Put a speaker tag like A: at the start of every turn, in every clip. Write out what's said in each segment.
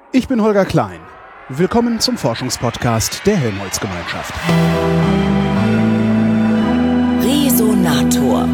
A: Ich bin Holger Klein. Willkommen zum Forschungspodcast der Helmholtz-Gemeinschaft.
B: Resonator.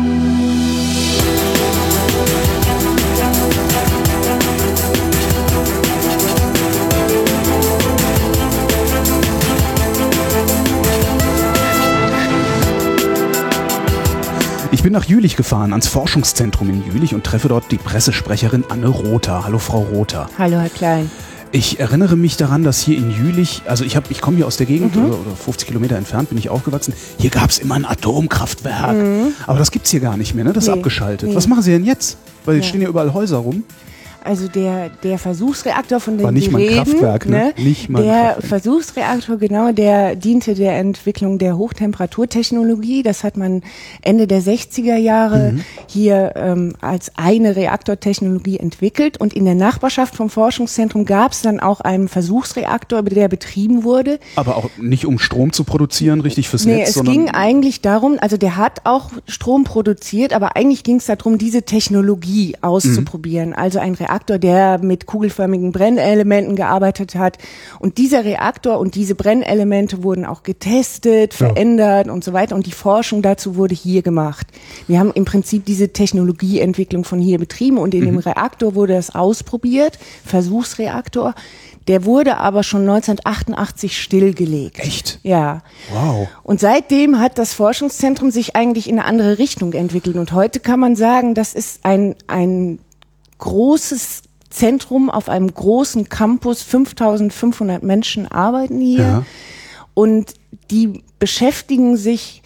A: Ich bin nach Jülich gefahren, ans Forschungszentrum in Jülich und treffe dort die Pressesprecherin Anne Rother. Hallo Frau Rother.
C: Hallo Herr Klein.
A: Ich erinnere mich daran, dass hier in Jülich, also ich komme hier aus der Gegend, oder 50 Kilometer entfernt bin ich aufgewachsen. Hier gab es immer ein Atomkraftwerk. Aber das gibt's hier gar nicht mehr, ne? Das ist abgeschaltet. Was machen Sie denn jetzt? Weil stehen ja überall Häuser rum.
C: Also der Versuchsreaktor, von dem
A: war nicht
C: Sie
A: mal
C: reden,
A: Kraftwerk, ne? Nicht mal
C: der
A: Kraftwerk.
C: Versuchsreaktor, genau, der diente der Entwicklung der Hochtemperaturtechnologie. Das hat man Ende der 60er Jahre hier als eine Reaktortechnologie entwickelt. Und in der Nachbarschaft vom Forschungszentrum gab es dann auch einen Versuchsreaktor, der betrieben wurde.
A: Aber auch nicht, um Strom zu produzieren, richtig fürs
C: Nee,
A: Netz,
C: es
A: sondern
C: ging eigentlich darum, also der hat auch Strom produziert, aber eigentlich ging es darum, diese Technologie auszuprobieren. Also ein Reaktor, der mit kugelförmigen Brennelementen gearbeitet hat. Und dieser Reaktor und diese Brennelemente wurden auch getestet, verändert und so weiter. Und die Forschung dazu wurde hier gemacht. Wir haben im Prinzip diese Technologieentwicklung von hier betrieben und in dem Reaktor wurde das ausprobiert, Versuchsreaktor. Der wurde aber schon 1988 stillgelegt.
A: Echt?
C: Ja.
A: Wow.
C: Und seitdem hat das Forschungszentrum sich eigentlich in eine andere Richtung entwickelt. Und heute kann man sagen, das ist ein großes Zentrum auf einem großen Campus. 5.500 Menschen arbeiten hier.
A: Ja.
C: Und die beschäftigen sich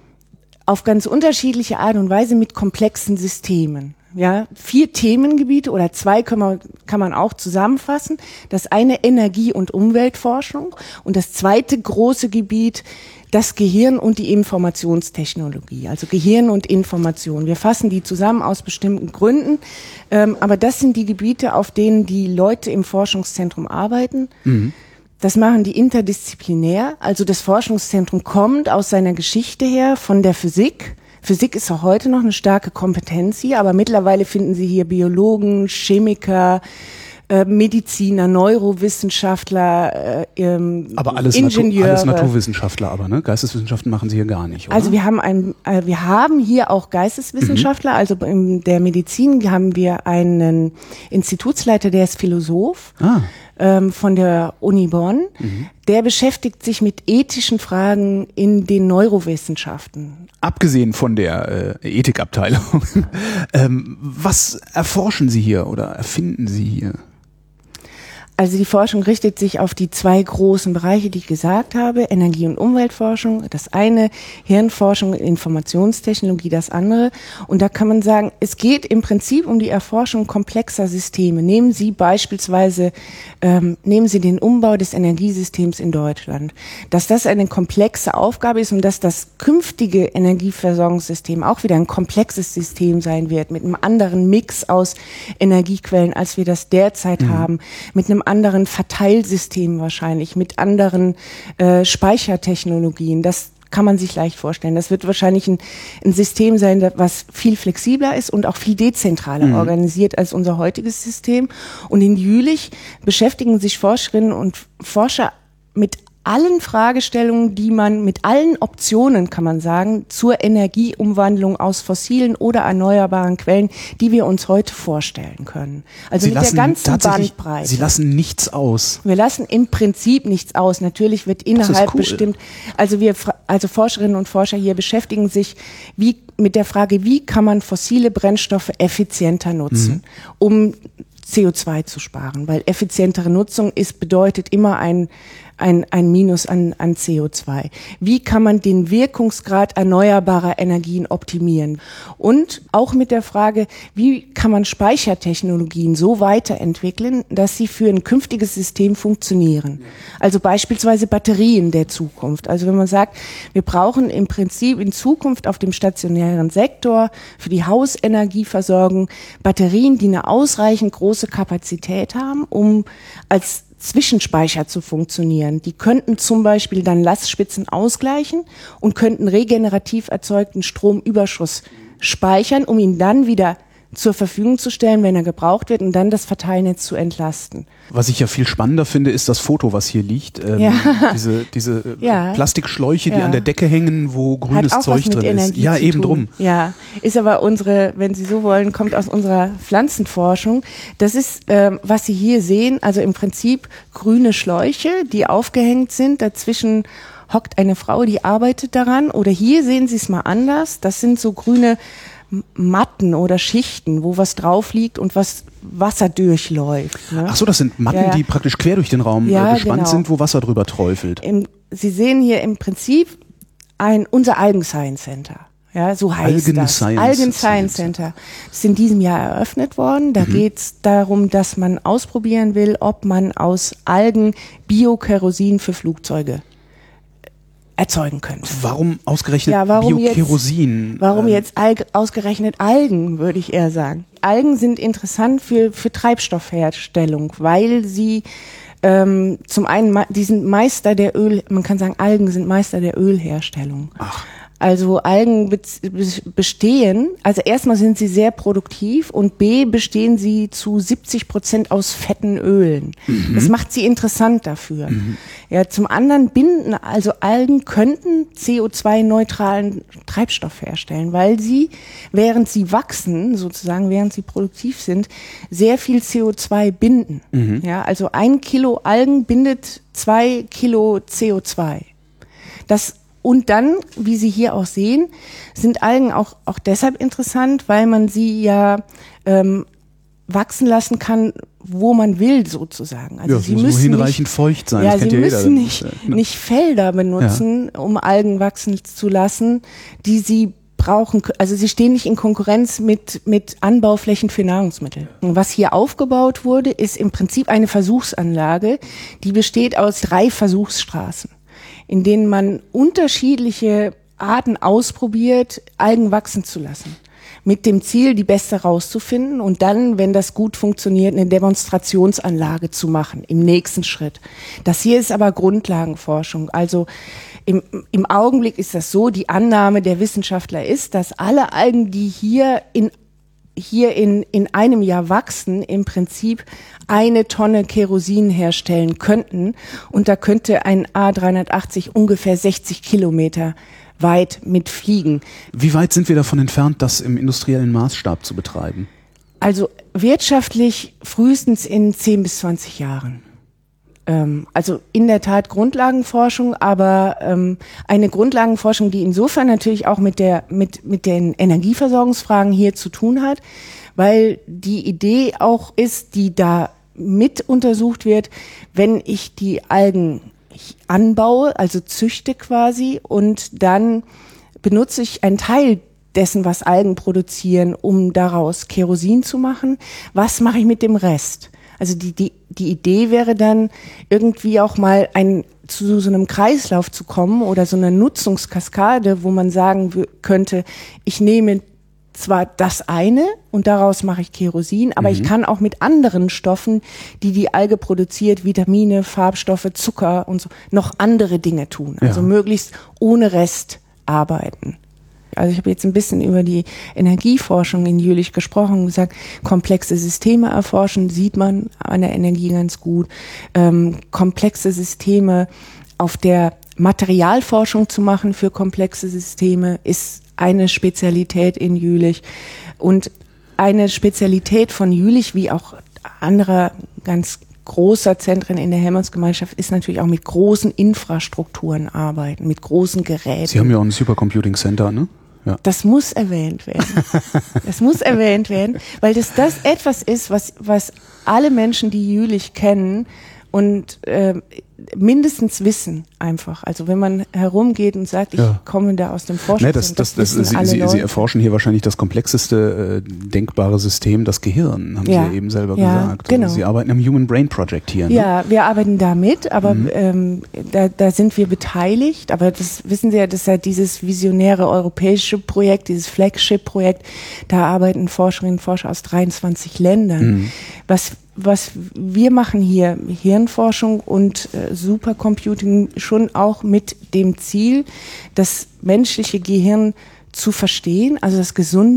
C: auf ganz unterschiedliche Art und Weise mit komplexen Systemen. Ja, 4 Themengebiete oder 2 kann man auch zusammenfassen. Das eine Energie- und Umweltforschung und das zweite große Gebiet das Gehirn und die Informationstechnologie, also Gehirn und Information. Wir fassen die zusammen aus bestimmten Gründen, aber das sind die Gebiete, auf denen die Leute im Forschungszentrum arbeiten. Das machen die interdisziplinär, also das Forschungszentrum kommt aus seiner Geschichte her von der Physik. Physik ist auch heute noch eine starke Kompetenz hier, aber mittlerweile finden Sie hier Biologen, Chemiker, Mediziner, Neurowissenschaftler,
A: Aber alles
C: Ingenieure.
A: Alles Naturwissenschaftler, aber ne? Geisteswissenschaften machen Sie hier gar nicht, oder?
C: Also wir haben hier auch Geisteswissenschaftler, also in der Medizin haben wir einen Institutsleiter, der ist Philosoph. Von der Uni Bonn. Der beschäftigt sich mit ethischen Fragen in den Neurowissenschaften.
A: Abgesehen von der Ethikabteilung, was erforschen Sie hier oder erfinden Sie hier?
C: Also die Forschung richtet sich auf die 2 großen Bereiche, die ich gesagt habe, Energie- und Umweltforschung, das eine, Hirnforschung und Informationstechnologie, das andere. Und da kann man sagen, es geht im Prinzip um die Erforschung komplexer Systeme. Nehmen Sie beispielsweise, nehmen Sie den Umbau des Energiesystems in Deutschland. Dass das eine komplexe Aufgabe ist und dass das künftige Energieversorgungssystem auch wieder ein komplexes System sein wird, mit einem anderen Mix aus Energiequellen, als wir das derzeit haben, mit einem anderen Verteilsystem wahrscheinlich, mit anderen Speichertechnologien. Das kann man sich leicht vorstellen. Das wird wahrscheinlich ein System sein, was viel flexibler ist und auch viel dezentraler organisiert als unser heutiges System. Und in Jülich beschäftigen sich Forscherinnen und Forscher mit allen Fragestellungen, die man mit allen Optionen, kann man sagen, zur Energieumwandlung aus fossilen oder erneuerbaren Quellen, die wir uns heute vorstellen können. Also
A: Sie
C: mit der ganzen Bandbreite.
A: Sie lassen nichts aus.
C: Wir lassen im Prinzip nichts aus. Natürlich wird innerhalb bestimmt, also Forscherinnen und Forscher hier beschäftigen sich mit der Frage, wie kann man fossile Brennstoffe effizienter nutzen, um CO2 zu sparen, weil effizientere Nutzung bedeutet immer ein Minus an CO2. Wie kann man den Wirkungsgrad erneuerbarer Energien optimieren? Und auch mit der Frage, wie kann man Speichertechnologien so weiterentwickeln, dass sie für ein künftiges System funktionieren? Also beispielsweise Batterien der Zukunft. Also wenn man sagt, wir brauchen im Prinzip in Zukunft auf dem stationären Sektor für die Hausenergieversorgung Batterien, die eine ausreichend große Kapazität haben, um als Zwischenspeicher zu funktionieren. Die könnten zum Beispiel dann Lastspitzen ausgleichen und könnten regenerativ erzeugten Stromüberschuss speichern, um ihn dann wieder zur Verfügung zu stellen, wenn er gebraucht wird und dann das Verteilnetz zu entlasten.
A: Was ich ja viel spannender finde, ist das Foto, was hier liegt. Diese Plastikschläuche, die an der Decke hängen, wo grünes Zeug drin ist. Ja, eben drum.
C: Ja, ist aber wenn Sie so wollen, kommt aus unserer Pflanzenforschung. Das ist, was Sie hier sehen, also im Prinzip grüne Schläuche, die aufgehängt sind. Dazwischen hockt eine Frau, die arbeitet daran. Oder hier sehen Sie es mal anders. Das sind so grüne Matten oder Schichten, wo was drauf liegt und was Wasser durchläuft. Ne?
A: Ach so, das sind Matten, die praktisch quer durch den Raum gespannt sind, wo Wasser drüber träufelt.
C: Sie sehen hier im Prinzip unser Algen Science Center. Ja, so heißt das. Algen Science Center. Das ist in diesem Jahr eröffnet worden. Da geht es darum, dass man ausprobieren will, ob man aus Algen Biokerosin für Flugzeuge erzeugen könnte.
A: Warum ausgerechnet Biokerosin?
C: Warum jetzt ausgerechnet Algen, würde ich eher sagen. Algen sind interessant für Treibstoffherstellung, weil sie zum einen, die sind Meister der man kann sagen, Algen sind Meister der Ölherstellung. Ach. Also Algen bestehen, also erstmal sind sie sehr produktiv und B bestehen sie zu 70% aus fetten Ölen. Das macht sie interessant dafür. Ja, zum anderen also Algen könnten CO2-neutralen Treibstoff herstellen, weil sie, während sie wachsen, sozusagen, während sie produktiv sind, sehr viel CO2 binden. Ja, also 1 Kilo Algen bindet 2 Kilo CO2. Und dann, wie Sie hier auch sehen, sind Algen auch deshalb interessant, weil man sie ja wachsen lassen kann, wo man will, sozusagen. Also sie müssen
A: hinreichend feucht sein.
C: Ja,
A: das kennt
C: sie
A: ja
C: müssen
A: jeder.
C: nicht Felder benutzen, um Algen wachsen zu lassen, die sie brauchen. Also sie stehen nicht in Konkurrenz mit Anbauflächen für Nahrungsmittel. Und was hier aufgebaut wurde, ist im Prinzip eine Versuchsanlage, die besteht aus 3 Versuchsstraßen, in denen man unterschiedliche Arten ausprobiert, Algen wachsen zu lassen. Mit dem Ziel, die beste rauszufinden und dann, wenn das gut funktioniert, eine Demonstrationsanlage zu machen im nächsten Schritt. Das hier ist aber Grundlagenforschung. Also im Augenblick ist das so, die Annahme der Wissenschaftler ist, dass alle Algen, die hier in einem Jahr wachsen, im Prinzip 1 Tonne Kerosin herstellen könnten. Und da könnte ein A380 ungefähr 60 Kilometer weit mitfliegen.
A: Wie weit sind wir davon entfernt, das im industriellen Maßstab zu betreiben?
C: Also wirtschaftlich frühestens in 10 bis 20 Jahren. Also in der Tat Grundlagenforschung, aber eine Grundlagenforschung, die insofern natürlich auch mit den Energieversorgungsfragen hier zu tun hat, weil die Idee auch ist, die da mit untersucht wird, wenn ich die Algen anbaue, also züchte quasi, und dann benutze ich einen Teil dessen, was Algen produzieren, um daraus Kerosin zu machen. Was mache ich mit dem Rest? Also die Idee wäre dann irgendwie auch mal zu so einem Kreislauf zu kommen oder so einer Nutzungskaskade, wo man sagen könnte, ich nehme zwar das eine und daraus mache ich Kerosin, aber ich kann auch mit anderen Stoffen, die Alge produziert, Vitamine, Farbstoffe, Zucker und so, noch andere Dinge tun. Also möglichst ohne Rest arbeiten. Also ich habe jetzt ein bisschen über die Energieforschung in Jülich gesprochen und gesagt, komplexe Systeme erforschen, sieht man an der Energie ganz gut. Komplexe Systeme auf der Materialforschung zu machen für komplexe Systeme ist eine Spezialität in Jülich. Und eine Spezialität von Jülich, wie auch anderer ganz großer Zentren in der Helmholtz-Gemeinschaft, ist natürlich auch mit großen Infrastrukturen arbeiten, mit großen Geräten.
A: Sie haben ja auch ein Supercomputing Center, ne? Ja.
C: Das muss erwähnt werden. Das muss erwähnt werden, weil das etwas ist, was alle Menschen, die Jülich kennen und mindestens wissen einfach. Also wenn man herumgeht und sagt, ich komme da aus dem Forschungszentrum.
A: Sie erforschen hier wahrscheinlich das komplexeste denkbare System, das Gehirn, haben Sie ja eben selber gesagt.
C: Genau.
A: Also Sie arbeiten am Human Brain Project hier. Ne?
C: Ja, wir arbeiten da mit, aber da sind wir beteiligt. Aber das wissen Sie ja, das ist ja dieses visionäre europäische Projekt, dieses Flagship-Projekt. Da arbeiten Forscherinnen und Forscher aus 23 Ländern. Was wir machen hier, Hirnforschung und Supercomputing, schon auch mit dem Ziel, das menschliche Gehirn zu verstehen, also das gesunde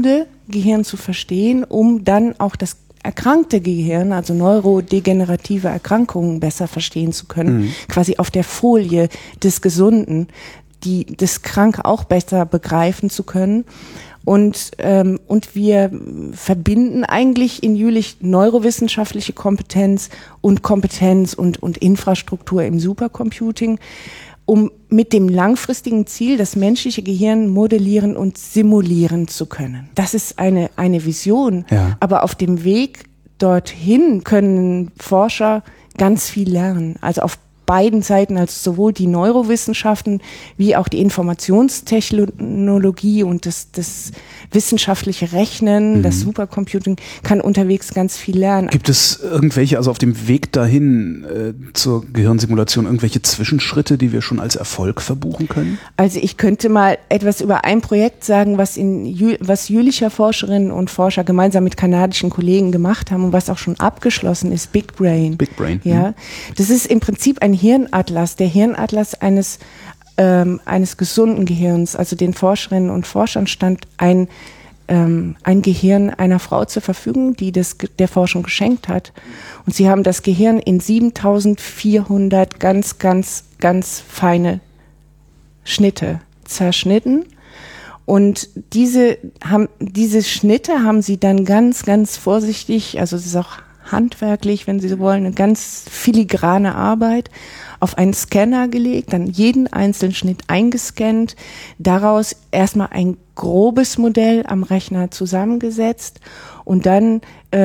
C: Gehirn zu verstehen, um dann auch das erkrankte Gehirn, also neurodegenerative Erkrankungen besser verstehen zu können, quasi auf der Folie des Gesunden, das Kranke auch besser begreifen zu können. Und wir verbinden eigentlich in Jülich neurowissenschaftliche Kompetenz und Infrastruktur im Supercomputing, um mit dem langfristigen Ziel, das menschliche Gehirn modellieren und simulieren zu können. Das ist eine Vision, aber auf dem Weg dorthin können Forscher ganz viel lernen. Also auf beiden Seiten, also sowohl die Neurowissenschaften wie auch die Informationstechnologie und das wissenschaftliche Rechnen, das Supercomputing kann unterwegs ganz viel lernen.
A: Gibt es irgendwelche, also auf dem Weg dahin zur Gehirnsimulation, irgendwelche Zwischenschritte, die wir schon als Erfolg verbuchen können?
C: Also ich könnte mal etwas über ein Projekt sagen, was Jülicher Forscherinnen und Forscher gemeinsam mit kanadischen Kollegen gemacht haben und was auch schon abgeschlossen ist, Big Brain.
A: Big Brain.
C: Ja, das ist im Prinzip ein Hirnatlas, der Hirnatlas eines gesunden Gehirns. Also den Forscherinnen und Forschern stand ein Gehirn einer Frau zur Verfügung, die der Forschung geschenkt hat. Und sie haben das Gehirn in 7400 ganz, ganz, ganz feine Schnitte zerschnitten. Und diese Schnitte haben sie dann ganz, ganz vorsichtig, also es ist auch handwerklich, wenn Sie so wollen, eine ganz filigrane Arbeit, auf einen Scanner gelegt, dann jeden einzelnen Schnitt eingescannt, daraus erstmal ein grobes Modell am Rechner zusammengesetzt und dann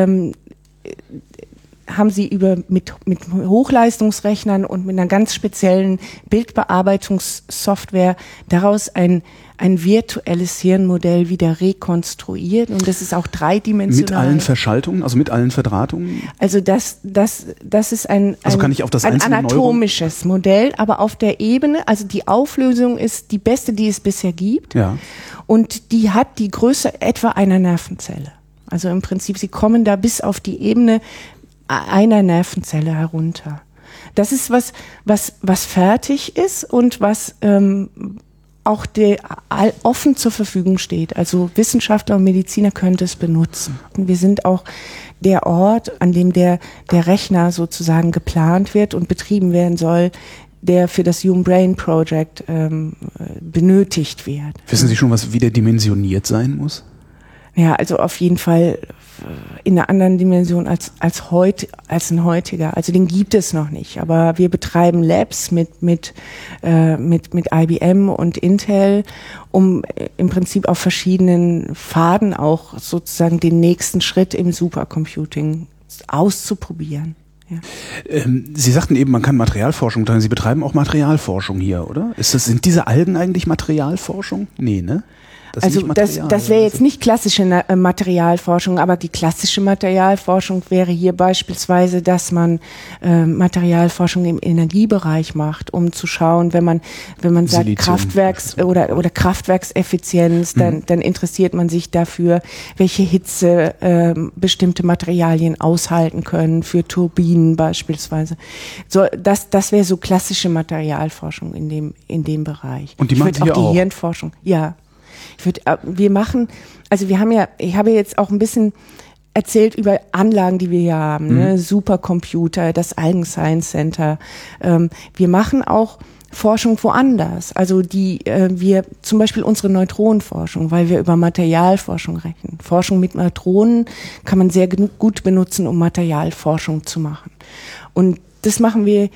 C: haben sie mit Hochleistungsrechnern und mit einer ganz speziellen Bildbearbeitungssoftware daraus ein virtuelles Hirnmodell wieder rekonstruiert und das ist auch dreidimensional.
A: Mit allen Verschaltungen, also mit allen Verdrahtungen?
C: Also das ist ein anatomisches Modell, aber auf der Ebene, also die Auflösung ist die beste, die es bisher gibt.
A: Ja.
C: Und die hat die Größe etwa einer Nervenzelle. Also im Prinzip, sie kommen da bis auf die Ebene einer Nervenzelle herunter. Das ist was fertig ist und was auch offen zur Verfügung steht. Also Wissenschaftler und Mediziner können das benutzen. Und wir sind auch der Ort, an dem der Rechner sozusagen geplant wird und betrieben werden soll, der für das Human Brain Project benötigt wird.
A: Wissen Sie schon, wie der dimensioniert sein muss?
C: Ja, also auf jeden Fall in einer anderen Dimension als ein heutiger. Also den gibt es noch nicht. Aber wir betreiben Labs mit IBM und Intel, um im Prinzip auf verschiedenen Pfaden auch sozusagen den nächsten Schritt im Supercomputing auszuprobieren. Ja.
A: Sie sagten eben, man kann Materialforschung betreiben. Sie betreiben auch Materialforschung hier, oder? Sind diese Algen eigentlich Materialforschung? Nee, ne? Das wäre jetzt nicht klassische Materialforschung, aber die klassische Materialforschung wäre hier beispielsweise, dass man Materialforschung im Energiebereich macht, um zu schauen, wenn man sagt oder Kraftwerkseffizienz, dann interessiert man sich dafür, welche Hitze bestimmte Materialien aushalten können für Turbinen beispielsweise. So, das wäre so klassische Materialforschung in dem Bereich. Und die machen Sie auch?
C: Die Hirnforschung, ja. Ich habe jetzt auch ein bisschen erzählt über Anlagen, die wir hier haben, ne? Supercomputer, das Algen Science Center. Wir machen auch Forschung woanders. Also wir zum Beispiel unsere Neutronenforschung, weil wir über Materialforschung rechnen. Forschung mit Neutronen kann man sehr gut benutzen, um Materialforschung zu machen. Und das machen wir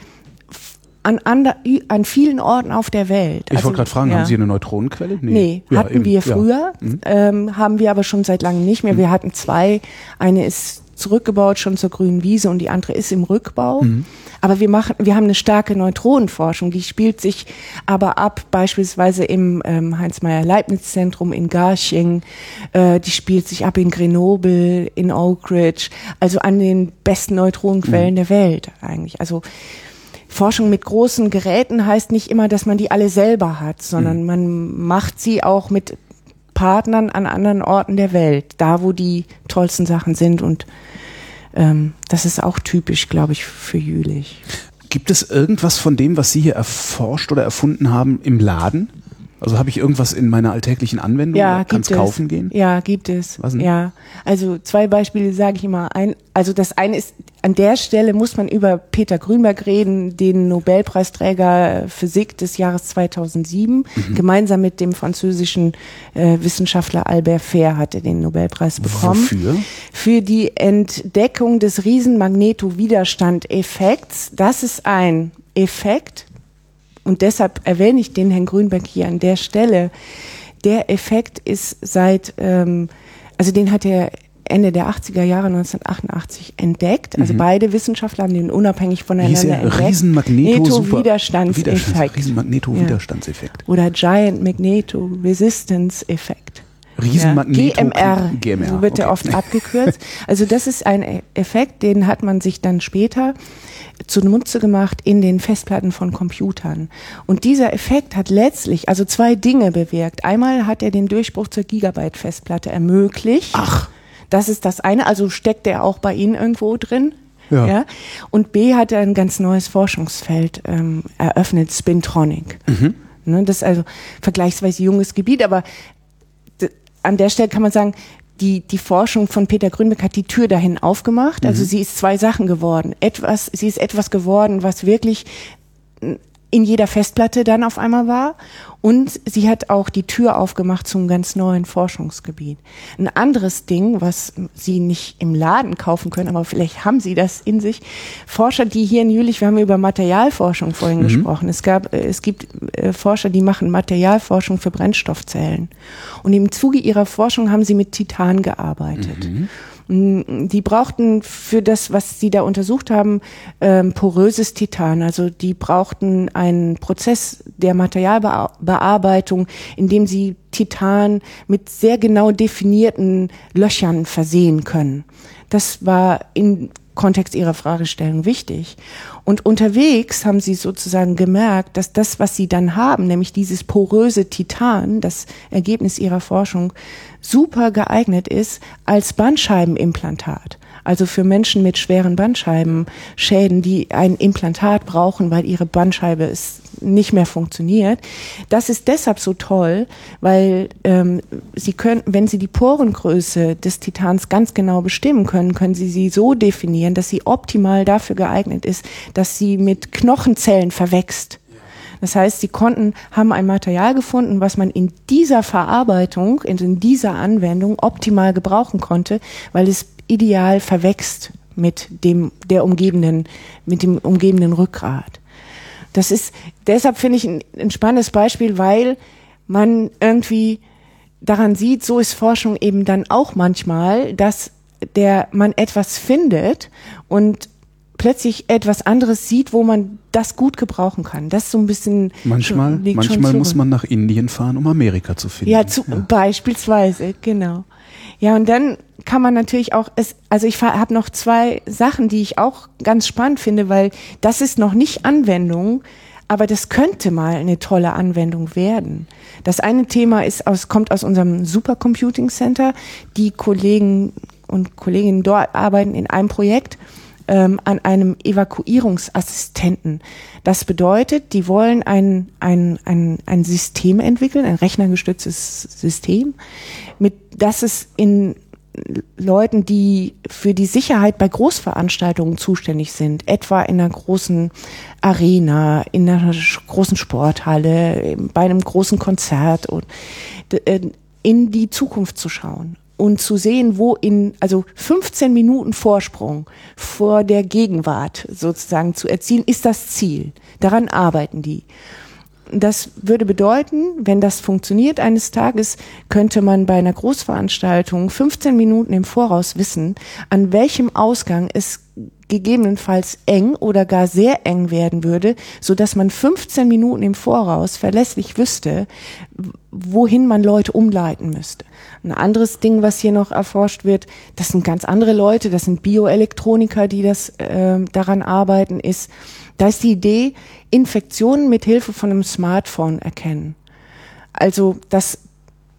C: an vielen Orten auf der Welt.
A: Ich wollte gerade fragen, haben Sie eine Neutronenquelle?
C: Nee, hatten wir früher, haben wir aber schon seit langem nicht mehr. Wir hatten zwei, eine ist zurückgebaut schon zur grünen Wiese und die andere ist im Rückbau. Aber wir haben eine starke Neutronenforschung, die spielt sich aber ab, beispielsweise im Heinz-Meyer-Leibniz-Zentrum in Garching, die spielt sich ab in Grenoble, in Oak Ridge, also an den besten Neutronenquellen der Welt eigentlich. Also Forschung mit großen Geräten heißt nicht immer, dass man die alle selber hat, sondern man macht sie auch mit Partnern an anderen Orten der Welt, da wo die tollsten Sachen sind und das ist auch typisch, glaube ich, für Jülich.
A: Gibt es irgendwas von dem, was Sie hier erforscht oder erfunden haben, im Laden? Also habe ich irgendwas in meiner alltäglichen Anwendung?
C: Ja,
A: kann es kaufen gehen?
C: Ja, gibt es.
A: Was denn?
C: Ja, also 2 Beispiele sage ich immer. Also das eine ist, an der Stelle muss man über Peter Grünberg reden, den Nobelpreisträger Physik des Jahres 2007. Gemeinsam mit dem französischen Wissenschaftler Albert Fair hat er den Nobelpreis bekommen.
A: Wofür?
C: Für die Entdeckung des Riesenmagnetowiderstand-Effekts. Das ist ein Effekt, und deshalb erwähne ich den Herrn Grünberg hier an der Stelle. Der Effekt ist also den hat er Ende der 80er Jahre 1988 entdeckt. Also beide Wissenschaftler haben den unabhängig voneinander entdeckt.
A: Riesenmagnetowiderstandseffekt. Riesenmagnetowiderstandseffekt.
C: Oder Giant Magneto Resistance Effekt.
A: GMR.
C: So wird er oft abgekürzt. Also das ist ein Effekt, den hat man sich dann später zunutze gemacht in den Festplatten von Computern. Und dieser Effekt hat letztlich 2 Dinge bewirkt. Einmal hat er den Durchbruch zur Gigabyte-Festplatte ermöglicht.
A: Ach.
C: Das ist das eine, also steckt er auch bei Ihnen irgendwo drin.
A: Ja.
C: Und B hat er ein ganz neues Forschungsfeld eröffnet, Spintronic. Ne, das ist also vergleichsweise junges Gebiet, aber an der Stelle kann man sagen, die Forschung von Peter Grünberg hat die Tür dahin aufgemacht. Also sie ist 2 Sachen geworden. Sie ist etwas geworden, was wirklich in jeder Festplatte dann auf einmal war. Und sie hat auch die Tür aufgemacht zum ganz neuen Forschungsgebiet. Ein anderes Ding, was Sie nicht im Laden kaufen können, aber vielleicht haben Sie das in sich. Forscher, die hier in Jülich, wir haben über Materialforschung vorhin gesprochen. Es gibt Forscher, die machen Materialforschung für Brennstoffzellen. Und im Zuge ihrer Forschung haben sie mit Titan gearbeitet. Die brauchten für das, was sie da untersucht haben, poröses Titan. Also die brauchten einen Prozess der Materialbearbeitung, in dem sie Titan mit sehr genau definierten Löchern versehen können. Das war im Kontext ihrer Fragestellung wichtig. Und unterwegs haben sie sozusagen gemerkt, dass das, was sie dann haben, nämlich dieses poröse Titan, das Ergebnis ihrer Forschung, super geeignet ist als Bandscheibenimplantat. Also für Menschen mit schweren Bandscheibenschäden, die ein Implantat brauchen, weil ihre Bandscheibe nicht mehr funktioniert. Das ist deshalb so toll, weil Sie können, wenn Sie die Porengröße des Titans ganz genau bestimmen können, können Sie sie so definieren, dass sie optimal dafür geeignet ist, dass sie mit Knochenzellen verwächst. Das heißt, sie haben ein Material gefunden, was man in dieser Verarbeitung, in dieser Anwendung optimal gebrauchen konnte, weil es ideal verwächst mit dem umgebenden Rückgrat. Deshalb finde ich ein spannendes Beispiel, weil man irgendwie daran sieht, so ist Forschung eben dann auch manchmal, dass man etwas findet und plötzlich etwas anderes sieht, wo man das gut gebrauchen kann. Das ist so ein bisschen...
A: Manchmal muss man nach Indien fahren, um Amerika zu finden.
C: Ja, beispielsweise, genau. Ja, und dann kann man natürlich auch, ich habe noch 2 Sachen, die ich auch ganz spannend finde, weil das ist noch nicht Anwendung, aber das könnte mal eine tolle Anwendung werden. Das eine Thema kommt aus unserem Supercomputing Center. Die Kollegen und Kolleginnen dort arbeiten in einem Projekt an einem Evakuierungsassistenten. Das bedeutet, die wollen ein System entwickeln, ein rechnergestütztes System, das es in Leuten, die für die Sicherheit bei Großveranstaltungen zuständig sind, etwa in einer großen Arena, in einer großen Sporthalle, bei einem großen Konzert, und in die Zukunft zu schauen und zu sehen, also 15 Minuten Vorsprung vor der Gegenwart sozusagen zu erzielen, ist das Ziel. Daran arbeiten die. Das würde bedeuten, wenn das funktioniert eines Tages, könnte man bei einer Großveranstaltung 15 Minuten im Voraus wissen, an welchem Ausgang es gegebenenfalls eng oder gar sehr eng werden würde, so dass man 15 Minuten im Voraus verlässlich wüsste, wohin man Leute umleiten müsste. Ein anderes Ding, was hier noch erforscht wird, das sind ganz andere Leute, das sind Bioelektroniker, die daran arbeiten, da ist die Idee, Infektionen mit Hilfe von einem Smartphone erkennen. Also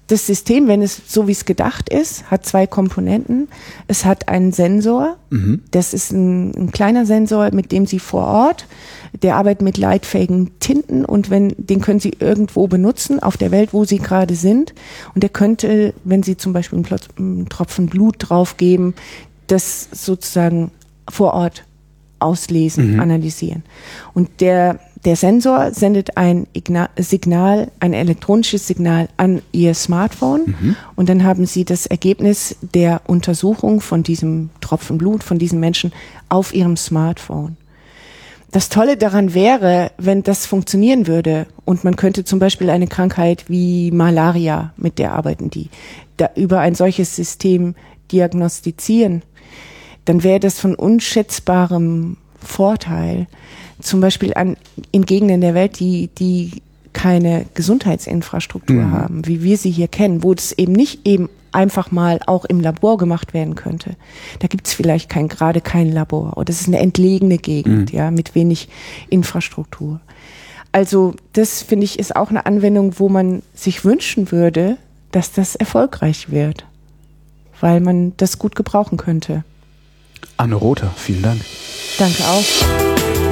C: das System, wenn es so wie es gedacht ist, hat 2 Komponenten. Es hat einen Sensor. Das ist ein kleiner Sensor, mit dem Sie vor Ort, der arbeitet mit leitfähigen Tinten und den können Sie irgendwo benutzen, auf der Welt, wo Sie gerade sind. Und der könnte, wenn Sie zum Beispiel einen Tropfen Blut draufgeben, das sozusagen vor Ort auslesen, analysieren. Und der Sensor sendet ein Signal, ein elektronisches Signal an Ihr Smartphone und dann haben Sie das Ergebnis der Untersuchung von diesem Tropfen Blut, von diesem Menschen auf Ihrem Smartphone. Das Tolle daran wäre, wenn das funktionieren würde und man könnte zum Beispiel eine Krankheit wie Malaria, mit der arbeiten die, da über ein solches System diagnostizieren, dann wäre das von unschätzbarem Vorteil. Zum Beispiel in Gegenden der Welt, die keine Gesundheitsinfrastruktur haben, wie wir sie hier kennen, wo das eben nicht eben einfach mal auch im Labor gemacht werden könnte. Da gibt es vielleicht gerade kein Labor oder es ist eine entlegene Gegend, ja, mit wenig Infrastruktur. Also das, finde ich, ist auch eine Anwendung, wo man sich wünschen würde, dass das erfolgreich wird, weil man das gut gebrauchen könnte.
A: Anne Rother, vielen Dank.
C: Danke auch.